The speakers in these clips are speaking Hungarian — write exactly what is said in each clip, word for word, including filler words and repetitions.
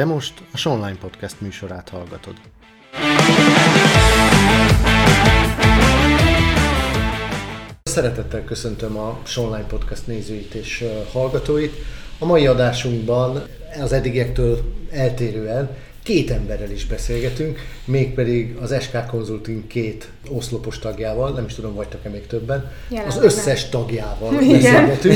Te most a Sonline Podcast műsorát hallgatod. Szeretettel köszöntöm a Sonline Podcast nézőit és hallgatóit. A mai adásunkban az eddigiektől eltérően két emberrel is beszélgetünk, mégpedig az es ká Consulting két oszlopos tagjával, nem is tudom, vagytok-e még többen, jelenleg az összes nem. tagjával beszélgetünk,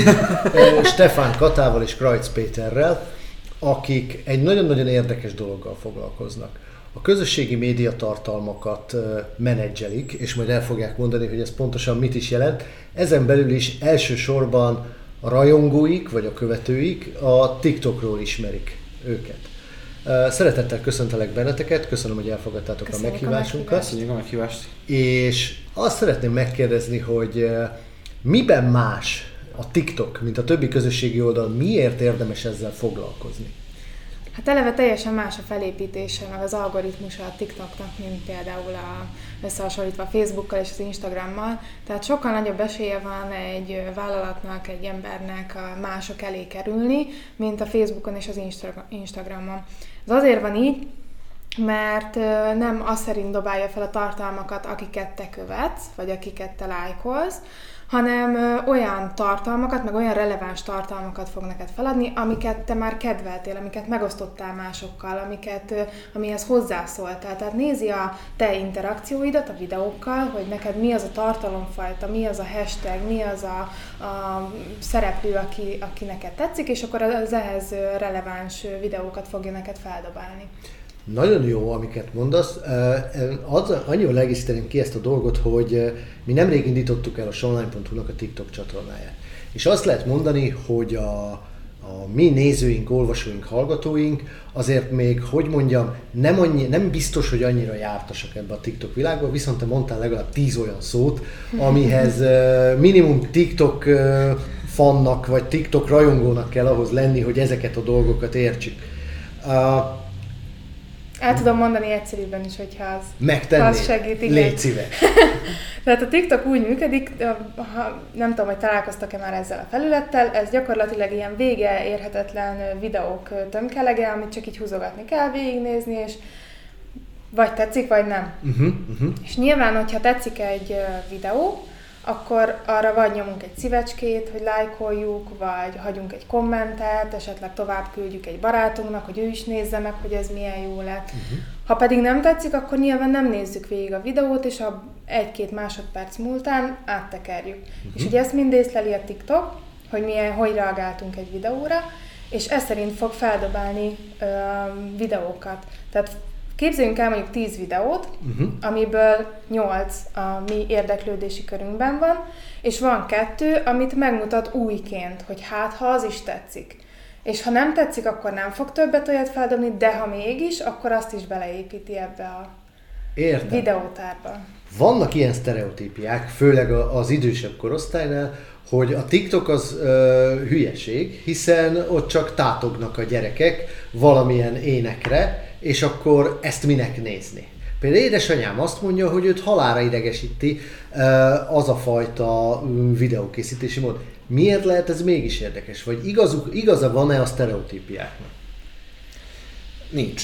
Stefán Katával és Krajc Péterrel, akik egy nagyon-nagyon érdekes dologgal foglalkoznak. A közösségi médiatartalmakat menedzselik, és majd el fogják mondani, hogy ez pontosan mit is jelent. Ezen belül is elsősorban a rajongóik, vagy a követőik a TikTokról ismerik őket. Szeretettel köszöntelek benneteket, köszönöm, hogy elfogadtátok Köszönjük a meghívásunkat. Köszönjük a meghívást. És azt szeretném megkérdezni, hogy miben más a TikTok, mint a többi közösségi oldal, miért érdemes ezzel foglalkozni? Hát eleve teljesen más a felépítése, meg az algoritmusa a TikToknak, mint például a, összehasonlítva a Facebookkal és az Instagrammal. Tehát sokkal nagyobb esélye van egy vállalatnak, egy embernek a mások elé kerülni, mint a Facebookon és az Instagramon. Ez azért van így, mert nem az szerint dobálja fel a tartalmakat, akiket te követsz, vagy akiket te lájkolsz, hanem ö, olyan tartalmakat, meg olyan releváns tartalmakat fog neked feladni, amiket te már kedveltél, amiket megosztottál másokkal, amiket, ö, amihez hozzászóltál. Tehát nézi a te interakcióidat a videókkal, hogy neked mi az a tartalomfajta, mi az a hashtag, mi az a, a szereplő, aki, aki neked tetszik, és akkor az ehhez releváns videókat fogja neked feldobálni. Nagyon jó, amiket mondasz. Az, annyival legészíteném ki ezt a dolgot, hogy mi nemrég indítottuk el a sonline pont hu-nak a TikTok csatornáját. És azt lehet mondani, hogy a, a mi nézőink, olvasóink, hallgatóink azért még, hogy mondjam, nem, annyi, nem biztos, hogy annyira jártasak ebbe a TikTok világba, viszont te mondtál legalább tíz olyan szót, amihez minimum TikTok fannak, vagy TikTok rajongónak kell ahhoz lenni, hogy ezeket a dolgokat értsük. El tudom mondani egyszerűbben is, hogyha az, Megtennél. az segít. Igen. Légy szíves. Tehát a TikTok úgy működik, ha, nem tudom, hogy találkoztak-e már ezzel a felülettel, ez gyakorlatilag ilyen vége érhetetlen videók tömkelege, amit csak így húzogatni kell, végignézni, és vagy tetszik, vagy nem. Uh-huh, uh-huh. És nyilván, hogyha tetszik egy videó, akkor arra vagy nyomunk egy szívecskét, hogy lájkoljuk, vagy hagyunk egy kommentet, esetleg tovább küldjük egy barátunknak, hogy ő is nézze meg, hogy ez milyen jó lett. Uh-huh. Ha pedig nem tetszik, akkor nyilván nem nézzük végig a videót, és a egy-két másodperc múltán áttekerjük. Uh-huh. És ugye ezt mind észleli a TikTok, hogy milyen, hogy reagáltunk egy videóra, és ez szerint fog feldobálni ö, videókat. Tehát képzeljünk el mondjuk tíz videót, uh-huh. amiből nyolc a mi érdeklődési körünkben van, és van kettő, amit megmutat újként, hogy hát ha az is tetszik. És ha nem tetszik, akkor nem fog többet olyat feldobni, de ha mégis, akkor azt is beleépíti ebbe a Értem. videótárba. Vannak ilyen sztereotípiák, főleg az idősebb korosztálynál, hogy a TikTok az ö, hülyeség, hiszen ott csak tátognak a gyerekek valamilyen énekre, és akkor ezt minek nézni. Például édesanyám azt mondja, hogy őt halálra idegesíti az a fajta videókészítési mód. Miért lehet ez mégis érdekes? Vagy igazuk, igaza van-e a sztereotípiáknak? Nincs.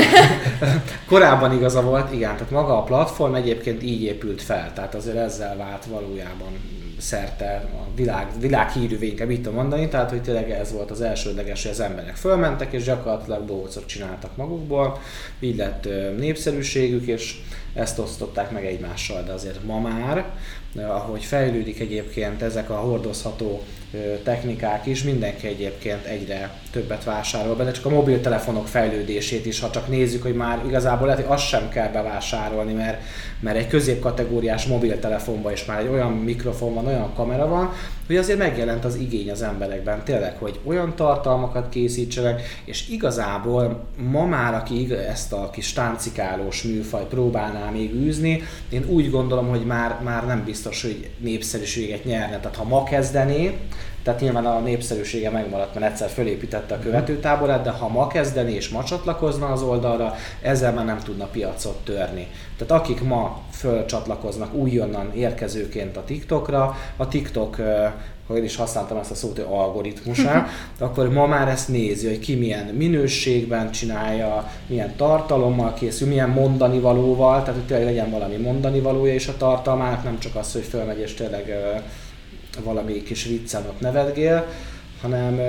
Korábban igaza volt, igen, tehát maga a platform egyébként így épült fel, tehát azért ezzel vált valójában szerte a világ, világhírűvé, inkább így tudom mondani, tehát hogy tényleg ez volt az elsődleges, hogy az emberek fölmentek és gyakorlatilag dolgocot csináltak magukból, így lett népszerűségük, és ezt osztották meg egymással, de azért ma már, ahogy fejlődik egyébként ezek a hordozható technikák is, mindenki egyébként egyre többet vásárol benne, csak a mobiltelefonok fejlődését is, ha csak nézzük, hogy már igazából lehet, hogy azt sem kell bevásárolni, mert, mert egy középkategóriás mobiltelefonban is már egy olyan mikrofon van, olyan kamera van, hogy azért megjelent az igény az emberekben tényleg, hogy olyan tartalmakat készítsenek, és igazából ma már, aki ezt a kis táncikálós műfajt próbálná még űzni, én úgy gondolom, hogy már, már nem biztos, hogy népszerűséget nyerne. Tehát ha ma kezdené, tehát nyilván a népszerűsége megmaradt, mert egyszer fölépítette a követőtáborát, de ha ma kezdené és ma csatlakozna az oldalra, ezzel már nem tudna piacot törni. Tehát akik ma fölcsatlakoznak újonnan érkezőként a TikTokra, a TikTok, ha én is használtam ezt a szót, hogy algoritmusá, akkor ma már ezt nézi, hogy ki milyen minőségben csinálja, milyen tartalommal készül, milyen mondani valóval, tehát hogy tényleg legyen valami mondani valója is a tartalmának, nem csak az, hogy fölmegy és tényleg valami kis viccen ott nevetgél, hanem,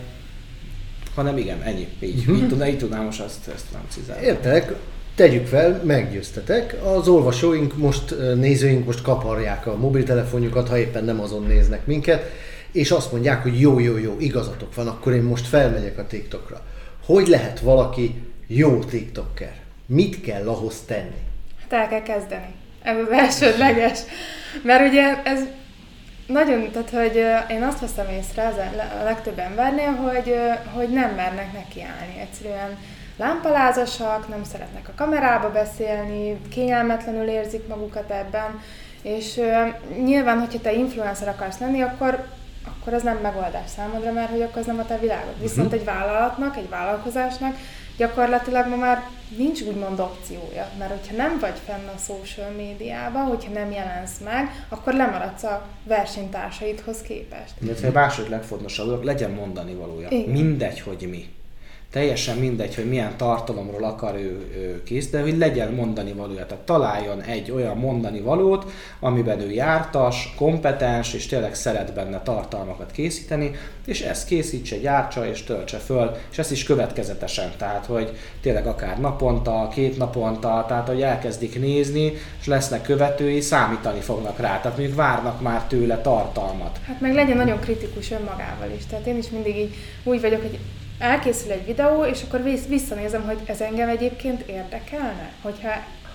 hanem igen, ennyi. Így, így, tudná, így tudnám most ezt, ezt nem cizálni. Értek, tegyük fel, meggyőztetek. Az olvasóink most, nézőink most kaparják a mobiltelefonjukat, ha éppen nem azon néznek minket, és azt mondják, hogy jó, jó, jó, igazatok van, akkor én most felmegyek a TikTokra. Hogy lehet valaki jó TikToker? Mit kell ahhoz tenni? Hát el kell kezdeni. Ez az elsődleges. Mert ugye ez nagyon, tehát hogy én azt veszem észre a legtöbb embernél, hogy, hogy nem mernek nekiállni. Egyszerűen lámpalázasak, nem szeretnek a kamerába beszélni, kényelmetlenül érzik magukat ebben, és uh, nyilván, hogyha te influencer akarsz lenni, akkor, akkor az nem megoldás számodra, mert hogy akkor az nem a te világod. Viszont egy vállalatnak, egy vállalkozásnak gyakorlatilag ma már nincs úgymond opciója, mert hogyha nem vagy fenn a social médiában, hogyha nem jelensz meg, akkor lemaradsz a versenytársaidhoz képest. Illetve a második legfontosabb dolog, legyen mondani valója. Igen. Mindegy, hogy mi. Teljesen mindegy, hogy milyen tartalomról akar ő, ő kész, de hogy legyen mondani valója. Tehát találjon egy olyan mondani valót, amiben ő jártas, kompetens, és tényleg szeret benne tartalmakat készíteni, és ezt készítse, gyártsa és töltse föl, és ezt is következetesen. Tehát, hogy tényleg akár naponta, két naponta, tehát, hogy elkezdik nézni, és lesznek követői, számítani fognak rá. Tehát mondjuk várnak már tőle tartalmat. Hát meg legyen nagyon kritikus önmagával is. Tehát én is mindig így úgy vagyok, hogy elkészül egy videó, és akkor visszanézem, hogy ez engem egyébként érdekelne, hogyha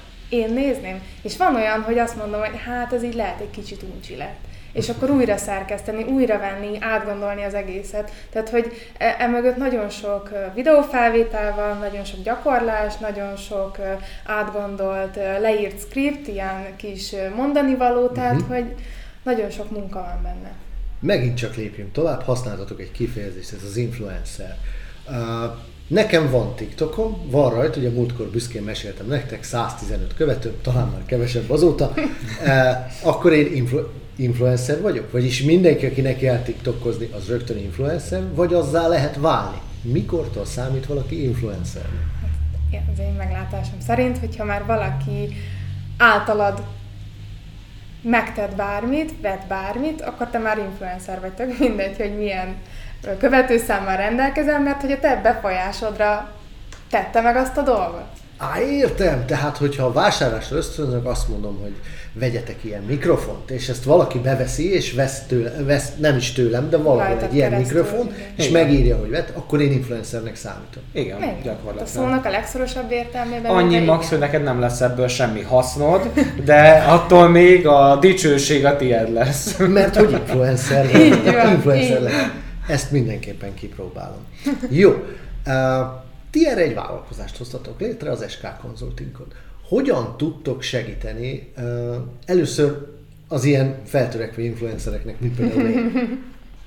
én nézném. És van olyan, hogy azt mondom, hogy hát ez így lehet egy kicsit uncsi lett. És akkor újra szerkeszteni, újra venni, átgondolni az egészet. Tehát, hogy emögött nagyon sok videófelvétel van, nagyon sok gyakorlás, nagyon sok átgondolt, leírt script, ilyen kis mondanivaló, tehát, uh-huh. hogy nagyon sok munka van benne. Megint csak lépjünk tovább, használtatok egy kifejezést, ez az influencer. Uh, nekem van TikTokom, van rajta, ugye múltkor büszkén meséltem nektek, száztizenöt követőm, talán már kevesebb azóta, uh, akkor én influ- influencer vagyok? Vagyis mindenki, aki neki el TikTokozni, az rögtön influencer, vagy azzá lehet válni? Mikortól számít valaki influencernek? Hát, az én meglátásom szerint, hogyha már valaki általad megtett bármit, vett bármit, akkor te már influencer vagy, tök mindegy, hogy milyen követőszámmal rendelkezel, mert hogy a te befolyásodra tette meg azt a dolgot. Á, értem, tehát hogyha a vásárlásra ösztönzök, azt mondom, hogy vegyetek ilyen mikrofont, és ezt valaki beveszi, és vesz, tőle, vesz nem is tőlem, de valahol Rajtad egy ilyen mikrofon, igen. és igen. megírja, hogy vett, akkor én influencernek számítom. Igen, igen. gyakorlatilag. A szónak a legszorosabb értelmében. Annyi max, hogy neked nem lesz ebből semmi hasznod, de attól még a dicsőség a tiéd lesz. Mert hogy influencer vagy. influencer lehet. Ezt mindenképpen kipróbálom. Jó. Uh, ti erre egy vállalkozást hoztatok létre, az es ká Consultingot. Hogyan tudtok segíteni uh, először az ilyen feltörekvő influencereknek, mint például én?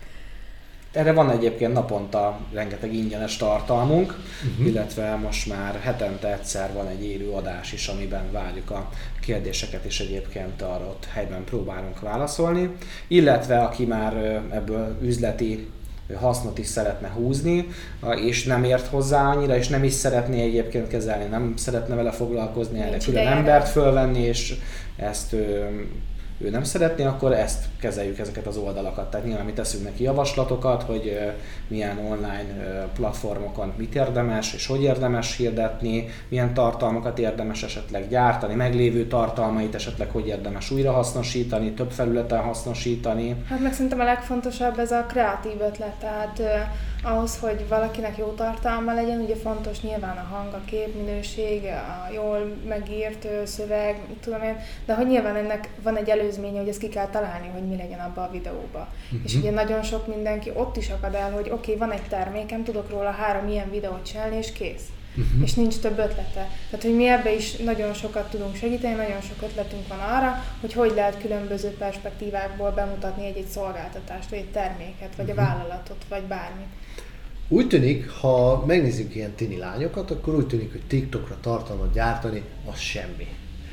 Erre van egyébként naponta rengeteg ingyenes tartalmunk, uh-huh. illetve most már hetente egyszer van egy élő adás is, amiben várjuk a kérdéseket, és egyébként arra ott helyben próbálunk válaszolni. Illetve aki már ebből üzleti hasznot is szeretne húzni, és nem ért hozzá annyira, és nem is szeretné egyébként kezelni, nem szeretne vele foglalkozni, erre külön embert fölvenni, és ezt ő, ő nem szeretné, akkor ezt kezeljük, ezeket az oldalakat. Tehát nyilván mi teszünk neki javaslatokat, hogy milyen online platformokon mit érdemes, és hogy érdemes hirdetni, milyen tartalmakat érdemes esetleg gyártani, meglévő tartalmait esetleg hogy érdemes újrahasznosítani, több felületen hasznosítani. Hát meg szerintem a legfontosabb ez a kreatív ötlet, tehát eh, ahhoz, hogy valakinek jó tartalma legyen, ugye fontos nyilván a hang, a képminőség, a jól megírt szöveg, tudom én, de hogy nyilván ennek van egy előzménye, hogy ezt ki kell találni, hogy mi legyen abba a videóba. Uh-huh. És ugye nagyon sok mindenki ott is akad el, hogy oké, okay, van egy termékem, tudok róla három ilyen videót csinálni, és kész. Uh-huh. És nincs több ötlete. Tehát, hogy mi ebbe is nagyon sokat tudunk segíteni, nagyon sok ötletünk van arra, hogy hogy lehet különböző perspektívákból bemutatni egy-egy szolgáltatást, vagy egy terméket, vagy uh-huh. a vállalatot, vagy bármit. Úgy tűnik, ha megnézzük ilyen tini lányokat, akkor úgy tűnik, hogy TikTokra tartalmat gyártani, az semmi.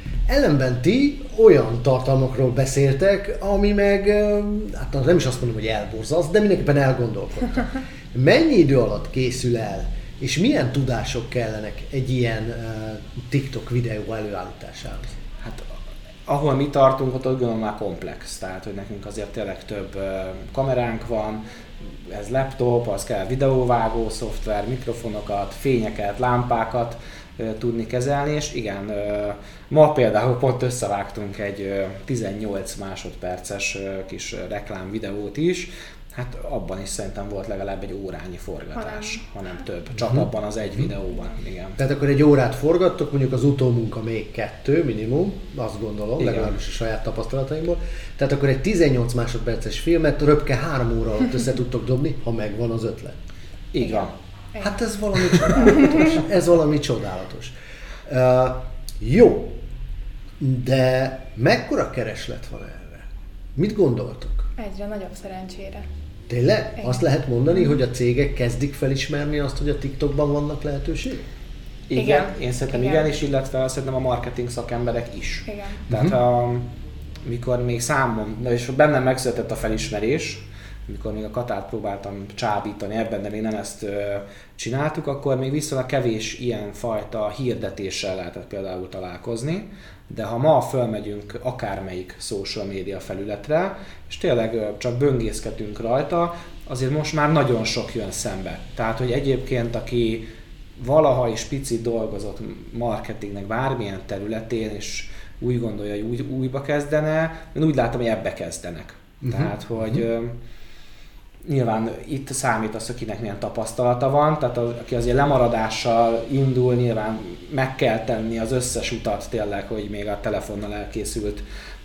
Ellenben ti olyan tartalmakról beszéltek, ami meg, hát nem is azt mondom, hogy elborzaszt, de mindenképpen elgondolkodtak. Mennyi idő alatt készül el, és milyen tudások kellenek egy ilyen uh, TikTok videó előállításához? Hát ahol mi tartunk, ott gondolom már komplex, tehát hogy nekünk azért tényleg több uh, kameránk van, ez laptop, az kell videóvágó szoftver, mikrofonokat, fényeket, lámpákat uh, tudni kezelni, és igen, uh, ma például pont összevágtunk egy uh, tizennyolc másodperces uh, kis reklám videót is. Hát abban is szerintem volt legalább egy órányi forgatás, hanem ha több. Csak uh-huh. abban az egy videóban, igen. Tehát akkor egy órát forgattok, mondjuk az utómunka még kettő minimum, azt gondolom, igen. legalábbis a saját tapasztalataimból. Tehát akkor egy tizennyolc másodperces filmet röpke három óra alatt össze tudtok dobni, ha megvan az ötlet. Így van. Hát ez valami csodálatos. Ez valami csodálatos. Uh, jó, de mekkora kereslet van erre? Mit gondoltok? Egyre nagyobb szerencsére. Tényleg? Igen. Azt lehet mondani, hogy a cégek kezdik felismerni azt, hogy a TikTokban vannak lehetőségek? Igen, igen. én szerintem igen. igen, és illetve szerintem a marketing szakemberek is. Igen. Tehát uh-huh. amikor még számom, és bennem megszületett a felismerés, amikor még a Katát próbáltam csábítani ebben, de még nem ezt uh, csináltuk, akkor még viszonylag kevés ilyen fajta hirdetéssel lehetett például találkozni. De ha ma fölmegyünk akármelyik social media felületre, és tényleg uh, csak böngészkedünk rajta, azért most már nagyon sok jön szembe. Tehát, hogy egyébként aki valaha is picit dolgozott marketingnek bármilyen területén, és úgy gondolja, hogy új, újba kezdene, én úgy látom, hogy ebbe kezdenek. Uh-huh. Tehát, hogy uh, nyilván itt számít az, akinek milyen tapasztalata van, tehát az, aki azért lemaradással indul, nyilván meg kell tenni az összes utat tényleg, hogy még a telefonnal elkészült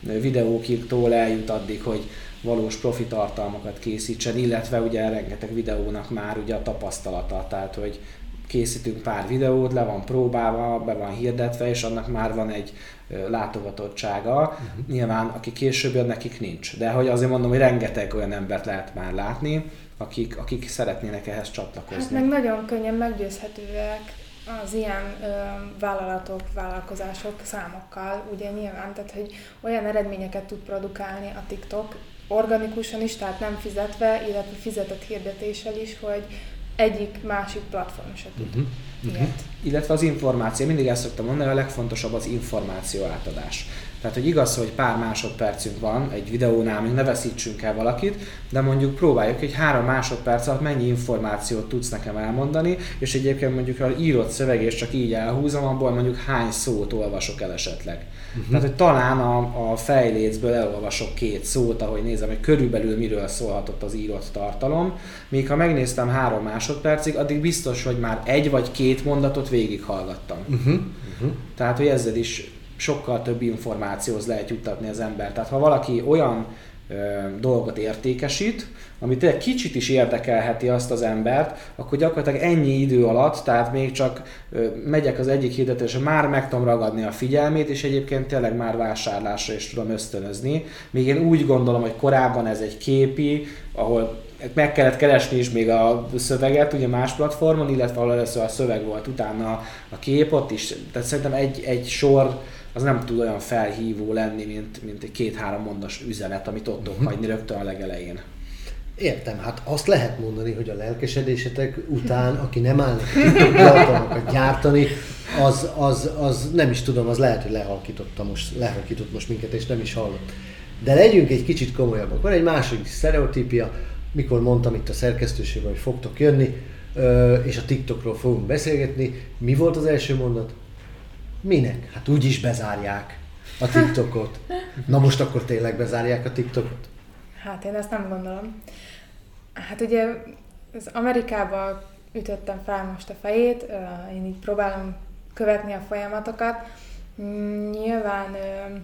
videóktól eljut addig, hogy valós profi tartalmakat készítsen, illetve ugye rengeteg videónak már ugye a tapasztalata, tehát hogy készítünk pár videót, le van próbálva, be van hirdetve, és annak már van egy látogatottsága. Uh-huh. Nyilván, aki később jön, nekik nincs. De hogy azért mondom, hogy rengeteg olyan embert lehet már látni, akik, akik szeretnének ehhez csatlakozni. Hát meg nagyon könnyen meggyőzhetőek az ilyen ö, vállalatok, vállalkozások számokkal, ugye nyilván, tehát hogy olyan eredményeket tud produkálni a TikTok, organikusan is, tehát nem fizetve, illetve fizetett hirdetéssel is, hogy egyik másik platform se tud uh-huh. ilyet. Uh-huh. Illetve az információ, mindig ezt szoktam mondani, a legfontosabb az információ átadás. Tehát, hogy igaz, hogy pár másodpercünk van egy videónál, még ne veszítsünk el valakit, de mondjuk próbáljuk, hogy három másodperc alatt mennyi információt tudsz nekem elmondani, és egyébként mondjuk, ha írott szöveg, és csak így elhúzom, abból mondjuk hány szót olvasok el esetleg. Uh-huh. Tehát, hogy talán a, a fejlécből elolvasok két szót, ahogy nézem, hogy körülbelül miről szólhatott az írott tartalom, míg ha megnéztem három másodpercig, addig biztos, hogy már egy vagy két mondatot végighallgattam. Uh-huh. Uh-huh. Tehát, hogy ezzel is sokkal több információhoz lehet juttatni az ember. Tehát ha valaki olyan ö, dolgot értékesít, ami tényleg kicsit is érdekelheti azt az embert, akkor gyakorlatilag ennyi idő alatt, tehát még csak ö, megyek az egyik hirdetésre, már meg tudom ragadni a figyelmét, és egyébként tényleg már vásárlásra is tudom ösztönözni. Még én úgy gondolom, hogy korábban ez egy képi, ahol meg kellett keresni is még a szöveget, ugye más platformon, illetve ahol először a szöveg volt, utána a kép ott is. Tehát szerintem egy, egy sor az nem tud olyan felhívó lenni, mint, mint egy két-három mondatos üzenet, amit ott tudok hagyni rögtön a legelején. Értem, hát azt lehet mondani, hogy a lelkesedésetek után, aki nem áll TikTok tartalmakat gyártani, az, az, az nem is tudom, az lehet, hogy lehalkította most, lehalkított most minket, és nem is hallott. De legyünk egy kicsit komolyabbak. Van egy másik sztereotípia, mikor mondtam itt a szerkesztőségben, hogy fogtok jönni, és a TikTokról fogunk beszélgetni. Mi volt az első mondat? Minek? Hát úgyis bezárják a TikTokot. Na most akkor tényleg bezárják a TikTokot? Hát én ezt nem gondolom. Hát ugye az Amerikában ütöttem fel most a fejét, én így próbálom követni a folyamatokat. Nyilván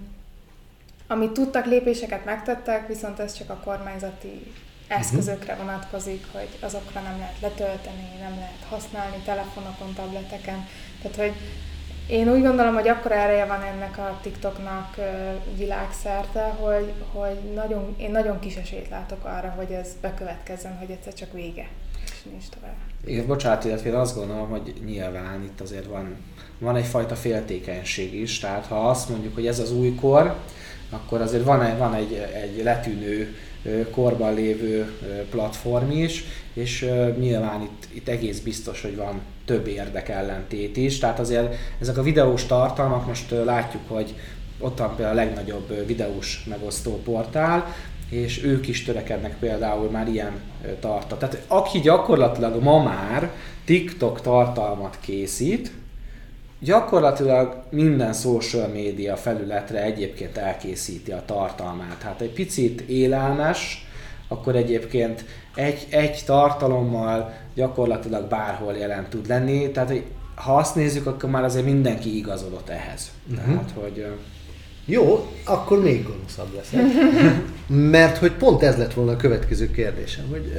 amit tudtak, lépéseket megtettek, viszont ez csak a kormányzati eszközökre vonatkozik, hogy azokra nem lehet letölteni, nem lehet használni telefonokon, tableteken. Tehát, hogy Én úgy gondolom, hogy akkora ereje van ennek a TikToknak világszerte, hogy, hogy nagyon, én nagyon kis esélyt látok arra, hogy ez bekövetkezzen, hogy egyszer csak vége, és nincs tovább. Igen, bocsánat, illetve én azt gondolom, hogy nyilván itt azért van, van egyfajta féltékenység is, tehát ha azt mondjuk, hogy ez az új kor, akkor azért van egy, van egy, egy letűnő korban lévő platform is, és nyilván itt, itt egész biztos, hogy van több érdekellentét is, tehát azért ezek a videós tartalmak, most látjuk, hogy ott van például a legnagyobb videós megosztó portál, és ők is törekednek például már ilyen tartalmat. Tehát aki gyakorlatilag ma már TikTok tartalmat készít, gyakorlatilag minden social média felületre egyébként elkészíti a tartalmát. Hát egy picit élelmes, akkor egyébként egy, egy tartalommal gyakorlatilag bárhol jelen tud lenni. Tehát ha azt nézzük, akkor már azért mindenki igazodott ehhez. Uh-huh. Tehát, hogy... Jó, akkor még gonoszabb leszek. Mert hogy pont ez lett volna a következő kérdésem. Hogy,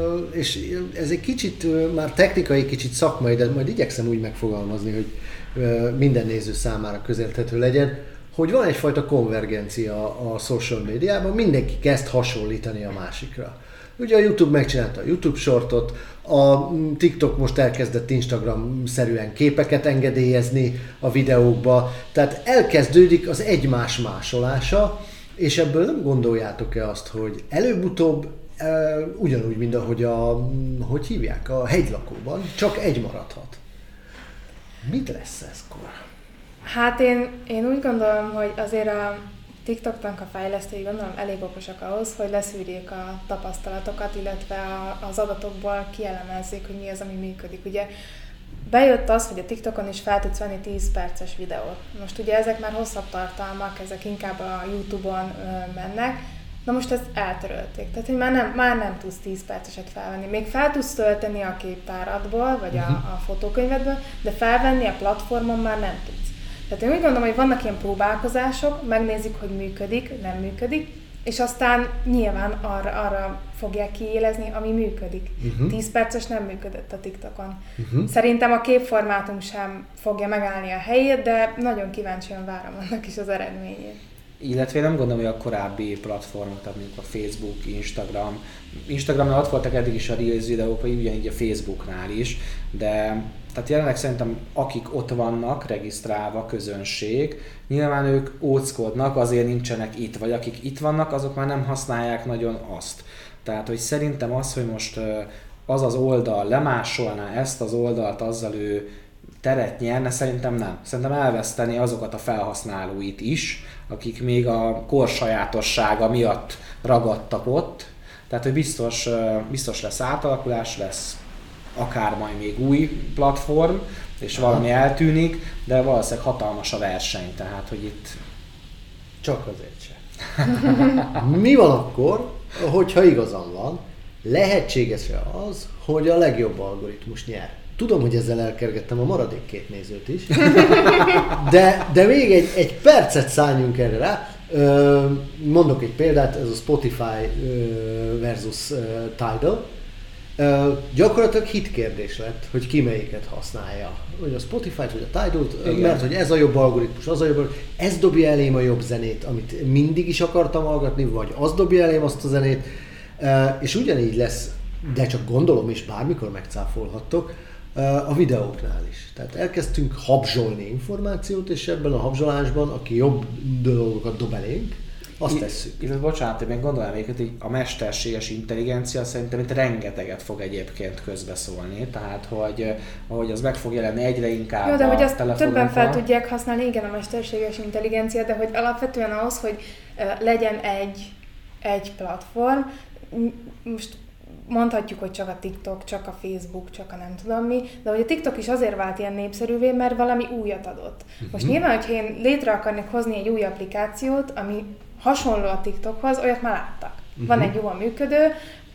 és ez egy kicsit már technikai, kicsit szakmai, de majd igyekszem úgy megfogalmazni, hogy minden néző számára közérthető legyen, hogy van egyfajta konvergencia a social médiában, mindenki kezd hasonlítani a másikra. Ugye a YouTube megcsinálta a YouTube shortot, a TikTok most elkezdett Instagram-szerűen képeket engedélyezni a videókba, tehát elkezdődik az egymás másolása, és ebből nem gondoljátok-e azt, hogy előbb-utóbb e, ugyanúgy, mint ahogy a, hogy hívják, a hegylakóban, csak egy maradhat. Mit lesz ezkor? Hát én, én úgy gondolom, hogy azért a TikToknak a fejlesztői gondolom elég okosak ahhoz, hogy leszűrjék a tapasztalatokat, illetve a, az adatokból kielemezzék, hogy mi az, ami működik. Ugye bejött az, hogy a TikTokon is fel tudsz venni tíz perces videót. Most ugye ezek már hosszabb tartalmak, ezek inkább a YouTube-on ö, mennek, na most ezt eltörölték. Tehát, hogy már nem, már nem tudsz tíz perceset felvenni. Még fel tudsz tölteni a képtáradból, vagy a, a fotókönyvedből, de felvenni a platformon már nem tudsz. Tehát én úgy gondolom, hogy vannak ilyen próbálkozások, megnézik, hogy működik, nem működik, és aztán nyilván arra, arra fogják kiélezni, ami működik. Uh-huh. tíz perces nem működött a TikTokon. Uh-huh. Szerintem a képformátum sem fogja megállni a helyét, de nagyon kíváncsian várom annak is az eredményét. Illetve nem gondolom, hogy a korábbi platformok, tehát mondjuk a Facebook, Instagram. Instagramnál ott voltak eddig is a Reels videók, vagy ugyanígy a Facebooknál is, de tehát jelenleg szerintem akik ott vannak regisztrálva, közönség, nyilván ők óckodnak, azért nincsenek itt, vagy akik itt vannak, azok már nem használják nagyon azt. Tehát, hogy szerintem az, hogy most az az oldal lemásolná ezt az oldalt, azzal ő teret nyerne, szerintem nem. Szerintem elveszteni azokat a felhasználóit is, akik még a kor sajátossága miatt ragadtak ott. Tehát, hogy biztos, biztos lesz átalakulás, lesz akár majd még új platform, és valami eltűnik, de valószínűleg hatalmas a verseny, tehát, hogy itt... Csak azért sem. Mi van akkor, hogyha igazam van, lehetséges-e az, hogy a legjobb algoritmus nyer? Tudom, hogy ezzel elkergettem a maradék két nézőt is, de, de még egy, egy percet szálljunk erre rá. Mondok egy példát, ez a Spotify versus Tidal. Uh, gyakorlatilag hitkérdés lett, hogy ki melyiket használja. Vagy a Spotify-t, vagy a Tidal-t, mert hogy ez a jobb algoritmus, az a jobb algoritmus, ez dobja elém a jobb zenét, amit mindig is akartam hallgatni, vagy az dobja elém azt a zenét, uh, és ugyanígy lesz, de csak gondolom is, bármikor megcáfolhattok, uh, a videóknál is. Tehát elkezdtünk habzsolni információt, és ebben a habzsolásban, aki jobb dolgokat dob elénk, azt tesszük. Illetve bocsánat, én még gondolom még, hogy a mesterséges intelligencia szerintem itt rengeteget fog egyébként közbeszólni, tehát hogy ahogy az meg fog jelenni egyre inkább. Jó, de hogy azt többen fel tudják használni, igen, a mesterséges intelligencia, de hogy alapvetően ahhoz, hogy legyen egy, egy platform, most mondhatjuk, hogy csak a TikTok, csak a Facebook, csak a nem tudom mi, de hogy a TikTok is azért vált ilyen népszerűvé, mert valami újat adott. Uh-huh. Most nyilván, hogyha én létre akarnék hozni egy új applikációt, ami hasonló a TikTokhoz, olyat már láttak. Uh-huh. Van egy jól működő,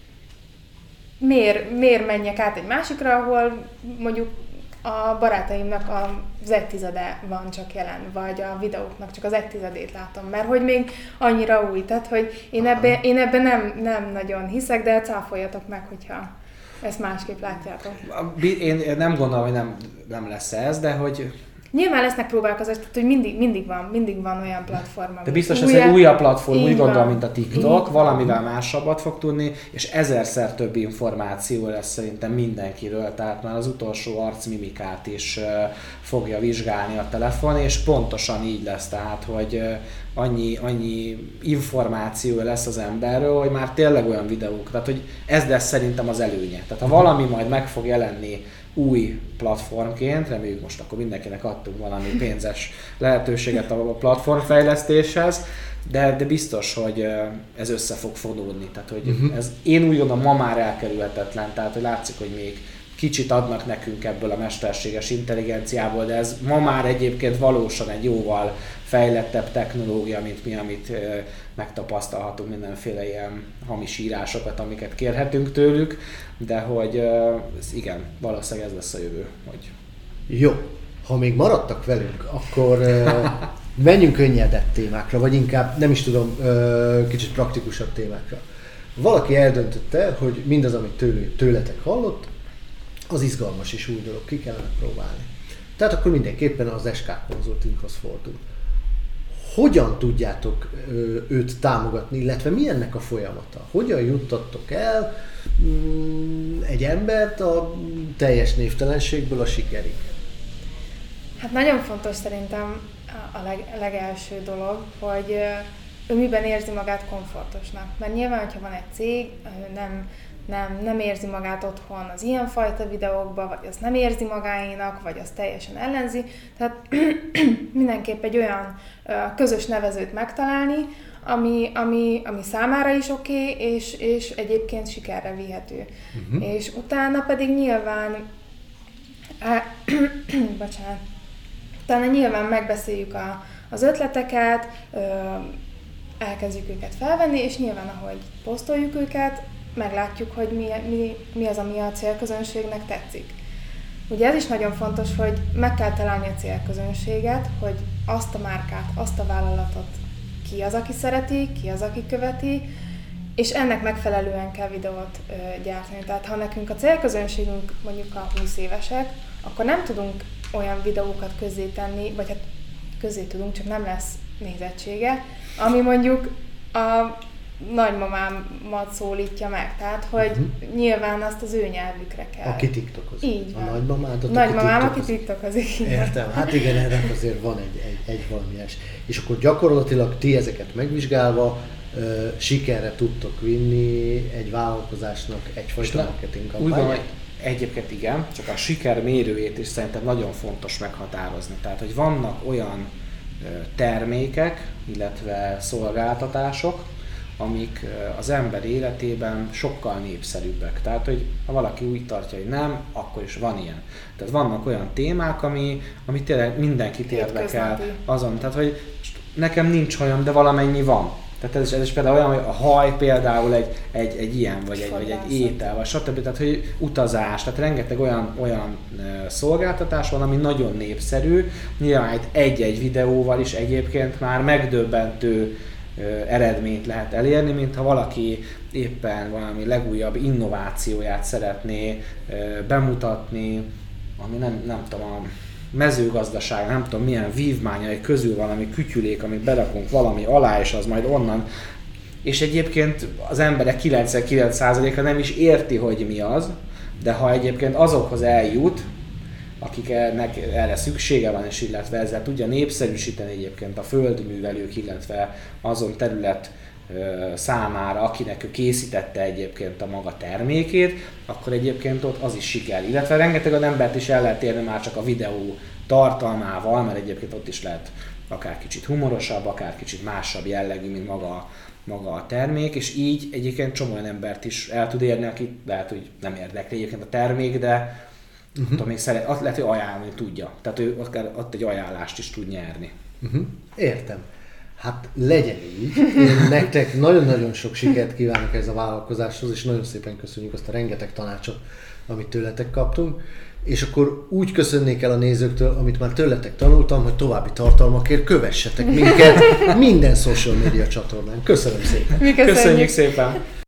miért, miért menjek át egy másikra, ahol mondjuk a barátaimnak az egy tizede van csak jelen, vagy a videóknak csak az egy tizedét látom, mert hogy még annyira új, tehát hogy én ebben én ebbe nem, nem nagyon hiszek, de cáfoljatok meg, hogyha ezt másképp látjátok. Én nem gondolom, hogy nem, nem lesz ez, de hogy... Nyilván lesznek próbálkozások, tehát hogy mindig, mindig van, mindig van olyan platform. De biztos ez egy újabb platform, úgy gondolom, mint a TikTok, valamivel másabbat fog tudni, és ezerszer több információ lesz szerintem mindenkiről, tehát már az utolsó arcmimikát is fogja vizsgálni a telefon, és pontosan így lesz, tehát, hogy annyi, annyi információ lesz az emberről, hogy már tényleg olyan videók, tehát hogy ez lesz szerintem az előnye. Tehát ha valami majd meg fog jelenni új platformként, reméljük most akkor mindenkinek adtunk valami pénzes lehetőséget a platformfejlesztéshez, de, de biztos, hogy ez össze fog fonódni. Tehát, hogy uh-huh. ez, én úgy gondolom, ma már elkerülhetetlen, tehát hogy látszik, hogy még kicsit adnak nekünk ebből a mesterséges intelligenciából, de ez ma már egyébként valósan egy jóval fejlettebb technológia, mint mi, amit e, megtapasztalhatunk, mindenféle ilyen hamis írásokat, amiket kérhetünk tőlük, de hogy e, ez igen, valószínűleg ez lesz a jövő. Hogy... Jó, ha még maradtak velünk, akkor e, menjünk könnyedebb témákra, vagy inkább nem is tudom, e, kicsit praktikusabb témákra. Valaki eldöntötte, hogy mindaz, amit tőle, tőletek hallott, az izgalmas és új dolog, ki kellene próbálni. Tehát akkor mindenképpen az es ká Consultinghoz fordul. Hogyan tudjátok őt támogatni, illetve mi ennek a folyamata? Hogyan juttattok el egy embert a teljes névtelenségből a sikerig? Hát nagyon fontos szerintem a leg, legelső dolog, hogy ő miben érzi magát komfortosnak. Mert nyilván, hogyha van egy cég, nem Nem, nem érzi magát otthon az ilyenfajta videókba, vagy azt nem érzi magáénak, vagy azt teljesen ellenzi. Tehát mindenképp egy olyan közös nevezőt megtalálni, ami, ami, ami számára is oké, okay, és, és egyébként sikerre vihető. Uh-huh. És utána pedig nyilván, á, bocsánat, utána nyilván megbeszéljük a, az ötleteket, elkezdjük őket felvenni, és nyilván ahogy posztoljuk őket, meglátjuk, hogy mi, mi, mi az, ami a célközönségnek tetszik. Ugye ez is nagyon fontos, hogy meg kell találni a célközönséget, hogy azt a márkát, azt a vállalatot ki az, aki szereti, ki az, aki követi, és ennek megfelelően kell videót ö, gyártani. Tehát ha nekünk a célközönségünk mondjuk a húsz évesek, akkor nem tudunk olyan videókat közzétenni, vagy hát közzé tudunk, csak nem lesz nézettsége, ami mondjuk a nagymamámat szólítja meg, tehát hogy uh-huh. nyilván azt az ő nyelvükre kell. Aki tiktokozik. Így van. A nagymamádat, Nagymamám, aki aki tiktokozik. Értem, hát igen, ennek azért van egy, egy, egy valamilyes. És akkor gyakorlatilag ti ezeket megvizsgálva uh, sikerre tudtok vinni egy vállalkozásnak egyfajta marketing kampányát. Egyébként igen, csak a siker mérőjét is szerintem nagyon fontos meghatározni. Tehát, hogy vannak olyan termékek, illetve szolgáltatások, amik az ember életében sokkal népszerűbbek. Tehát, hogy ha valaki úgy tartja, hogy nem, akkor is van ilyen. Tehát vannak olyan témák, ami, ami tényleg mindenkit érdekel azon. Tehát, hogy nekem nincs hajam, de valamennyi van. Tehát ez is, ez is például olyan, hogy a haj például egy, egy, egy ilyen, vagy egy, vagy egy étel, vagy stb. Tehát, hogy utazás, tehát rengeteg olyan, olyan szolgáltatás van, ami nagyon népszerű. Nyilván egy-egy videóval is egyébként már megdöbbentő eredményt lehet elérni, mint ha valaki éppen valami legújabb innovációját szeretné bemutatni, ami nem, nem tudom, a mezőgazdaság, nem tudom milyen vívmányai közül valami kütyülék, amit berakunk valami alá, és az majd onnan. És egyébként az emberek kilencvenkilenc százaléka nem is érti, hogy mi az, de ha egyébként azokhoz eljut, akiknek erre szüksége van, és illetve ezzel tudja népszerűsíteni egyébként a földművelők, illetve azon terület számára, akinek ő készítette egyébként a maga termékét, akkor egyébként ott az is siker. Illetve rengeteg az embert is el lehet érni már csak a videó tartalmával, mert egyébként ott is lehet akár kicsit humorosabb, akár kicsit másabb jellegű, mint maga, maga a termék, és így egyébként csomó olyan embert is el tud érni, aki lehet, hogy nem érdekli egyébként a termék, de Uh-huh. Tudom, még szeret, azt lehet, hogy ajánlani tudja. Tehát ő ott egy ajánlást is tud nyerni. Uh-huh. Értem. Hát legyen így. Én nektek nagyon-nagyon sok sikert kívánok ez a vállalkozáshoz, és nagyon szépen köszönjük azt a rengeteg tanácsot, amit tőletek kaptunk. És akkor úgy köszönnék el a nézőktől, amit már tőletek tanultam, hogy további tartalmakért kövessetek minket minden social media csatornán. Köszönöm szépen. Mi köszönjük. Köszönjük szépen.